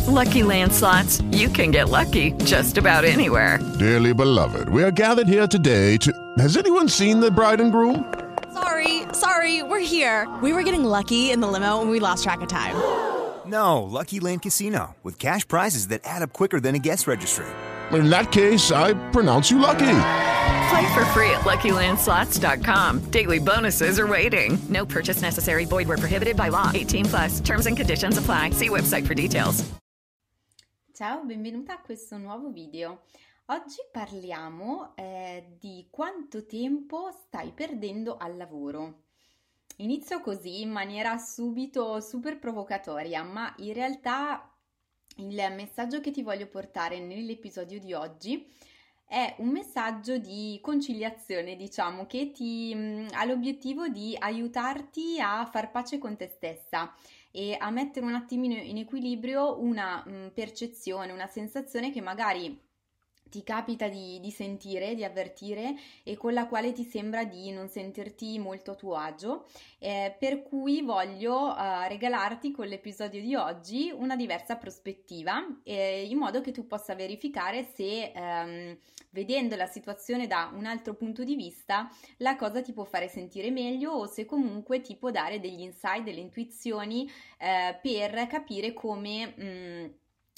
Lucky Land Slots, you can get lucky just about anywhere. Dearly beloved, we are gathered here today to... Has anyone seen the bride and groom? Sorry, we're here. We were getting lucky in the limo and we lost track of time. No, Lucky Land Casino, with cash prizes that add up quicker than a guest registry. In that case, I pronounce you lucky. Play for free at LuckyLandSlots.com. Daily bonuses are waiting. No purchase necessary. Void where prohibited by law. 18+. Terms and conditions apply. See website for details. Ciao, benvenuta a questo nuovo video. Oggi parliamo di quanto tempo stai perdendo al lavoro. Inizio così in maniera subito super provocatoria, ma in realtà il messaggio che ti voglio portare nell'episodio di oggi è un messaggio di conciliazione, diciamo, che ha l'obiettivo di aiutarti a far pace con te stessa e a mettere un attimino in equilibrio una percezione, una sensazione che magari ti capita di sentire, di avvertire e con la quale ti sembra di non sentirti molto a tuo agio, per cui voglio regalarti con l'episodio di oggi una diversa prospettiva, in modo che tu possa verificare se vedendo la situazione da un altro punto di vista la cosa ti può fare sentire meglio o se comunque ti può dare degli insight, delle intuizioni per capire come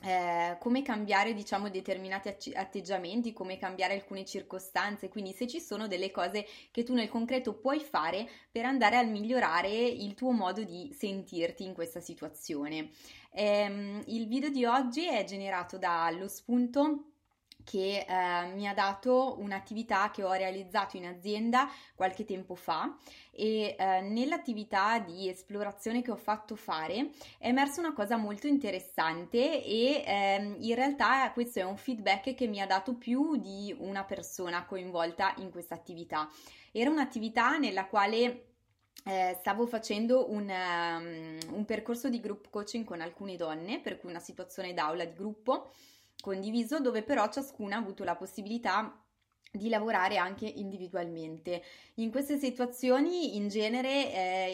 cambiare, diciamo, determinati atteggiamenti, come cambiare alcune circostanze, quindi se ci sono delle cose che tu nel concreto puoi fare per andare a migliorare il tuo modo di sentirti in questa situazione. Il video di oggi è generato dallo spunto che mi ha dato un'attività che ho realizzato in azienda qualche tempo fa e nell'attività di esplorazione che ho fatto fare è emersa una cosa molto interessante e in realtà questo è un feedback che mi ha dato più di una persona coinvolta in questa attività. Era un'attività nella quale stavo facendo un percorso di group coaching con alcune donne, per cui una situazione d'aula di gruppo condiviso dove però ciascuna ha avuto la possibilità di lavorare anche individualmente. In queste situazioni in genere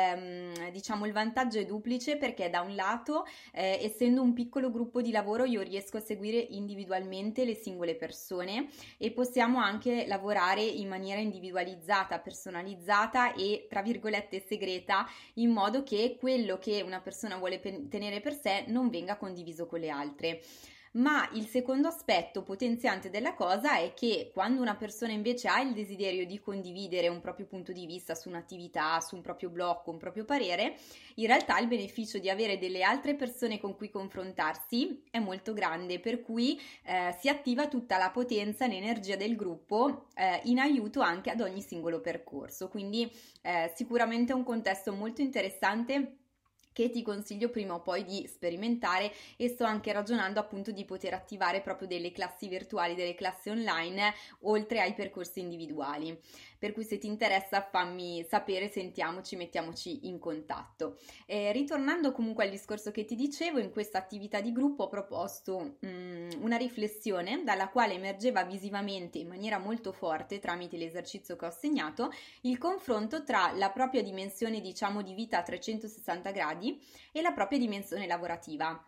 il vantaggio è duplice perché da un lato essendo un piccolo gruppo di lavoro io riesco a seguire individualmente le singole persone e possiamo anche lavorare in maniera individualizzata, personalizzata e tra virgolette segreta, in modo che quello che una persona vuole tenere per sé non venga condiviso con le altre. Ma il secondo aspetto potenziante della cosa è che quando una persona invece ha il desiderio di condividere un proprio punto di vista su un'attività, su un proprio blocco, un proprio parere, in realtà il beneficio di avere delle altre persone con cui confrontarsi è molto grande, per cui si attiva tutta la potenza e l'energia del gruppo in aiuto anche ad ogni singolo percorso. Quindi sicuramente è un contesto molto interessante che ti consiglio prima o poi di sperimentare e sto anche ragionando appunto di poter attivare proprio delle classi virtuali, delle classi online oltre ai percorsi individuali. Per cui se ti interessa fammi sapere, sentiamoci, mettiamoci in contatto. Ritornando comunque al discorso che ti dicevo, in questa attività di gruppo ho proposto una riflessione dalla quale emergeva visivamente in maniera molto forte tramite l'esercizio che ho segnato il confronto tra la propria dimensione, diciamo, di vita a 360 gradi e la propria dimensione lavorativa.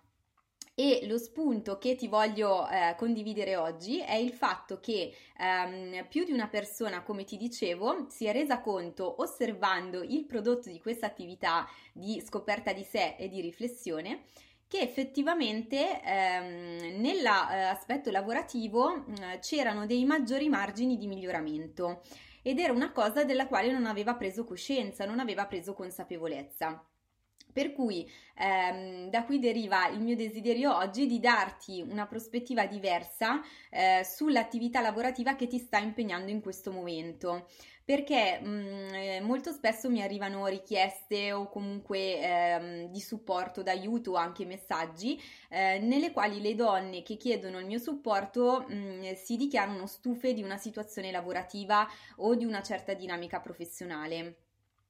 E lo spunto che ti voglio condividere oggi è il fatto che più di una persona, come ti dicevo, si è resa conto osservando il prodotto di questa attività di scoperta di sé e di riflessione che effettivamente nell'aspetto lavorativo c'erano dei maggiori margini di miglioramento ed era una cosa della quale non aveva preso coscienza, non aveva preso consapevolezza. Per cui da qui deriva il mio desiderio oggi di darti una prospettiva diversa sull'attività lavorativa che ti sta impegnando in questo momento, perché molto spesso mi arrivano richieste o comunque di supporto, d'aiuto o anche messaggi nelle quali le donne che chiedono il mio supporto si dichiarano stufe di una situazione lavorativa o di una certa dinamica professionale.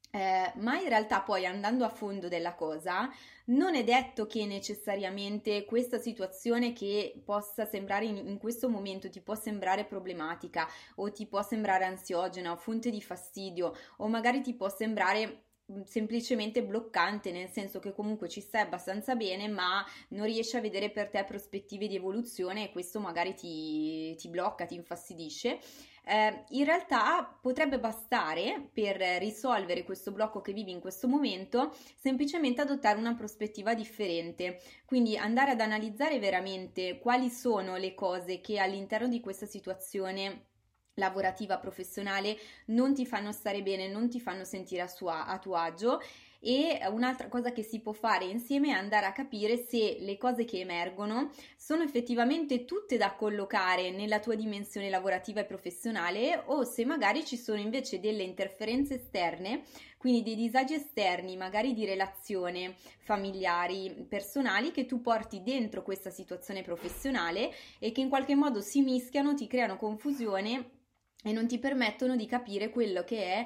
Ma in realtà poi andando a fondo della cosa non è detto che necessariamente questa situazione che possa sembrare in questo momento ti può sembrare problematica o ti può sembrare ansiogena o fonte di fastidio o magari ti può sembrare semplicemente bloccante, nel senso che comunque ci stai abbastanza bene, ma non riesci a vedere per te prospettive di evoluzione e questo magari ti blocca, ti infastidisce. In realtà potrebbe bastare per risolvere questo blocco che vivi in questo momento semplicemente adottare una prospettiva differente, quindi andare ad analizzare veramente quali sono le cose che all'interno di questa situazione lavorativa, professionale, non ti fanno stare bene, non ti fanno sentire a tuo agio. E un'altra cosa che si può fare insieme è andare a capire se le cose che emergono sono effettivamente tutte da collocare nella tua dimensione lavorativa e professionale o se magari ci sono invece delle interferenze esterne, quindi dei disagi esterni, magari di relazione, familiari, personali, che tu porti dentro questa situazione professionale e che in qualche modo si mischiano, ti creano confusione e non ti permettono di capire quello che è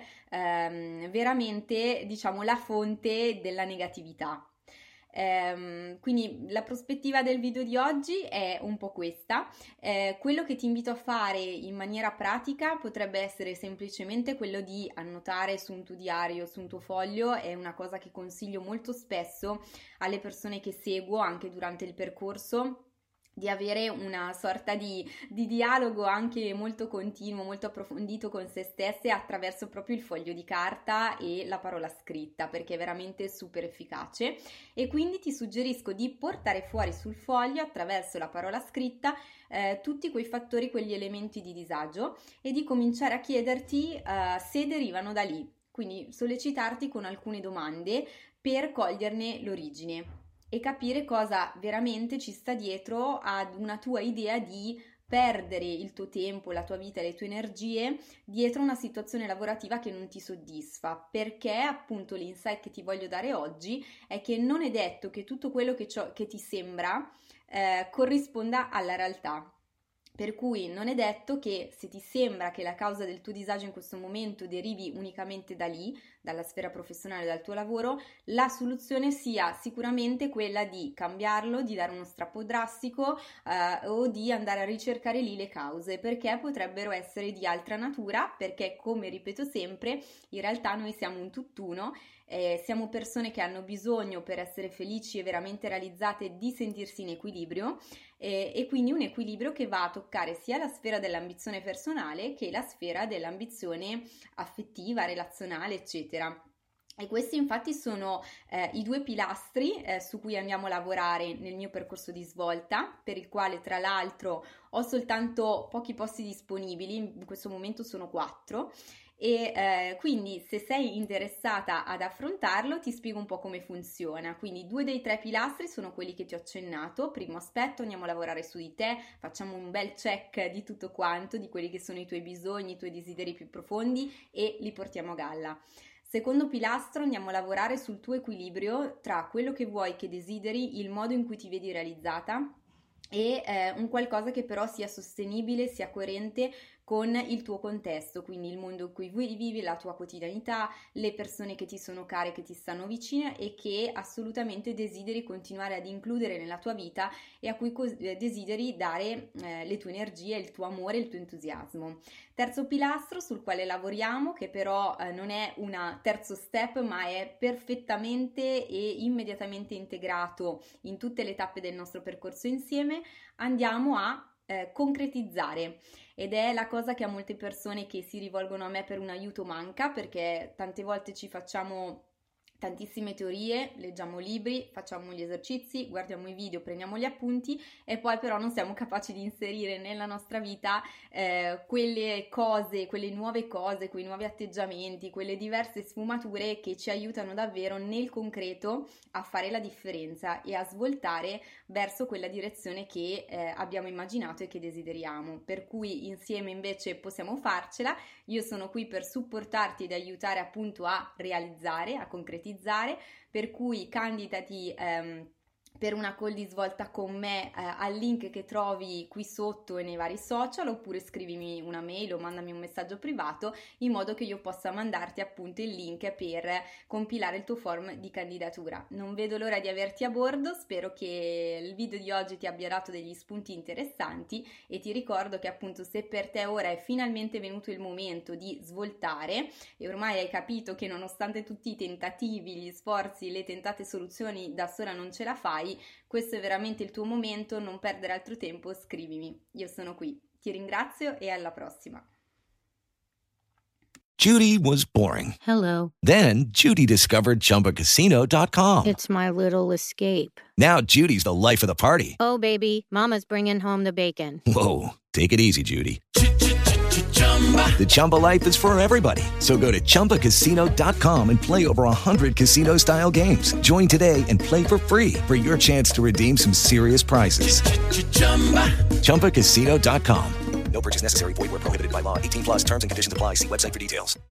veramente, diciamo, la fonte della negatività. Quindi la prospettiva del video di oggi è un po' questa. Quello che ti invito a fare in maniera pratica potrebbe essere semplicemente quello di annotare su un tuo diario, su un tuo foglio. È una cosa che consiglio molto spesso alle persone che seguo anche durante il percorso, di avere una sorta di dialogo anche molto continuo, molto approfondito con se stesse attraverso proprio il foglio di carta e la parola scritta, perché è veramente super efficace. E quindi ti suggerisco di portare fuori sul foglio attraverso la parola scritta tutti quei fattori, quegli elementi di disagio e di cominciare a chiederti se derivano da lì, quindi sollecitarti con alcune domande per coglierne l'origine e capire cosa veramente ci sta dietro ad una tua idea di perdere il tuo tempo, la tua vita e le tue energie dietro una situazione lavorativa che non ti soddisfa, perché appunto l'insight che ti voglio dare oggi è che non è detto che tutto quello che ti sembra corrisponda alla realtà. Per cui non è detto che se ti sembra che la causa del tuo disagio in questo momento derivi unicamente da lì, dalla sfera professionale, dal tuo lavoro, la soluzione sia sicuramente quella di cambiarlo, di dare uno strappo drastico o di andare a ricercare lì le cause, perché potrebbero essere di altra natura, perché come ripeto sempre, in realtà noi siamo un tutt'uno. Siamo persone che hanno bisogno per essere felici e veramente realizzate di sentirsi in equilibrio e quindi un equilibrio che va a toccare sia la sfera dell'ambizione personale che la sfera dell'ambizione affettiva, relazionale, eccetera. E questi infatti sono i due pilastri su cui andiamo a lavorare nel mio percorso di svolta, per il quale tra l'altro ho soltanto pochi posti disponibili, in questo momento sono 4. E quindi se sei interessata ad affrontarlo ti spiego un po' come funziona. Quindi 2 dei 3 pilastri sono quelli che ti ho accennato. Primo aspetto, andiamo a lavorare su di te, facciamo un bel check di tutto quanto, di quelli che sono i tuoi bisogni, i tuoi desideri più profondi e li portiamo a galla. Secondo pilastro, andiamo a lavorare sul tuo equilibrio tra quello che vuoi, che desideri, il modo in cui ti vedi realizzata e un qualcosa che però sia sostenibile, sia coerente con il tuo contesto, quindi il mondo in cui vivi, la tua quotidianità, le persone che ti sono care, che ti stanno vicine e che assolutamente desideri continuare ad includere nella tua vita e a cui desideri dare le tue energie, il tuo amore, il tuo entusiasmo. Terzo pilastro sul quale lavoriamo, che però non è un terzo step, ma è perfettamente e immediatamente integrato in tutte le tappe del nostro percorso insieme, andiamo a concretizzare, ed è la cosa che a molte persone che si rivolgono a me per un aiuto manca, perché tante volte ci facciamo tantissime teorie, leggiamo libri, facciamo gli esercizi, guardiamo i video, prendiamo gli appunti e poi però non siamo capaci di inserire nella nostra vita quelle cose, quelle nuove cose, quei nuovi atteggiamenti, quelle diverse sfumature che ci aiutano davvero nel concreto a fare la differenza e a svoltare verso quella direzione che abbiamo immaginato e che desideriamo. Per cui insieme invece possiamo farcela. Io sono qui per supportarti ed aiutare appunto a realizzare, a concretizzare, per cui candidati per una call di svolta con me al link che trovi qui sotto e nei vari social, oppure scrivimi una mail o mandami un messaggio privato in modo che io possa mandarti appunto il link per compilare il tuo form di candidatura. Non vedo l'ora di averti a bordo, spero che il video di oggi ti abbia dato degli spunti interessanti e ti ricordo che appunto se per te ora è finalmente venuto il momento di svoltare e ormai hai capito che nonostante tutti i tentativi, gli sforzi, le tentate soluzioni da sola non ce la fai, questo è veramente il tuo momento, non perdere altro tempo, scrivimi, io sono qui. Ti ringrazio e alla prossima. Judy was boring. Hello. Then Judy discovered ChumbaCasino.com. It's my little escape. Now Judy's the life of the party. Oh, baby, mama's bringing home the bacon. Whoa, take it easy, Judy. The Chumba life is for everybody. So go to ChumbaCasino.com and play over 100 casino-style games. Join today and play for free for your chance to redeem some serious prizes. ChumbaCasino.com. No purchase necessary. Void where prohibited by law. 18+ terms and conditions apply. See website for details.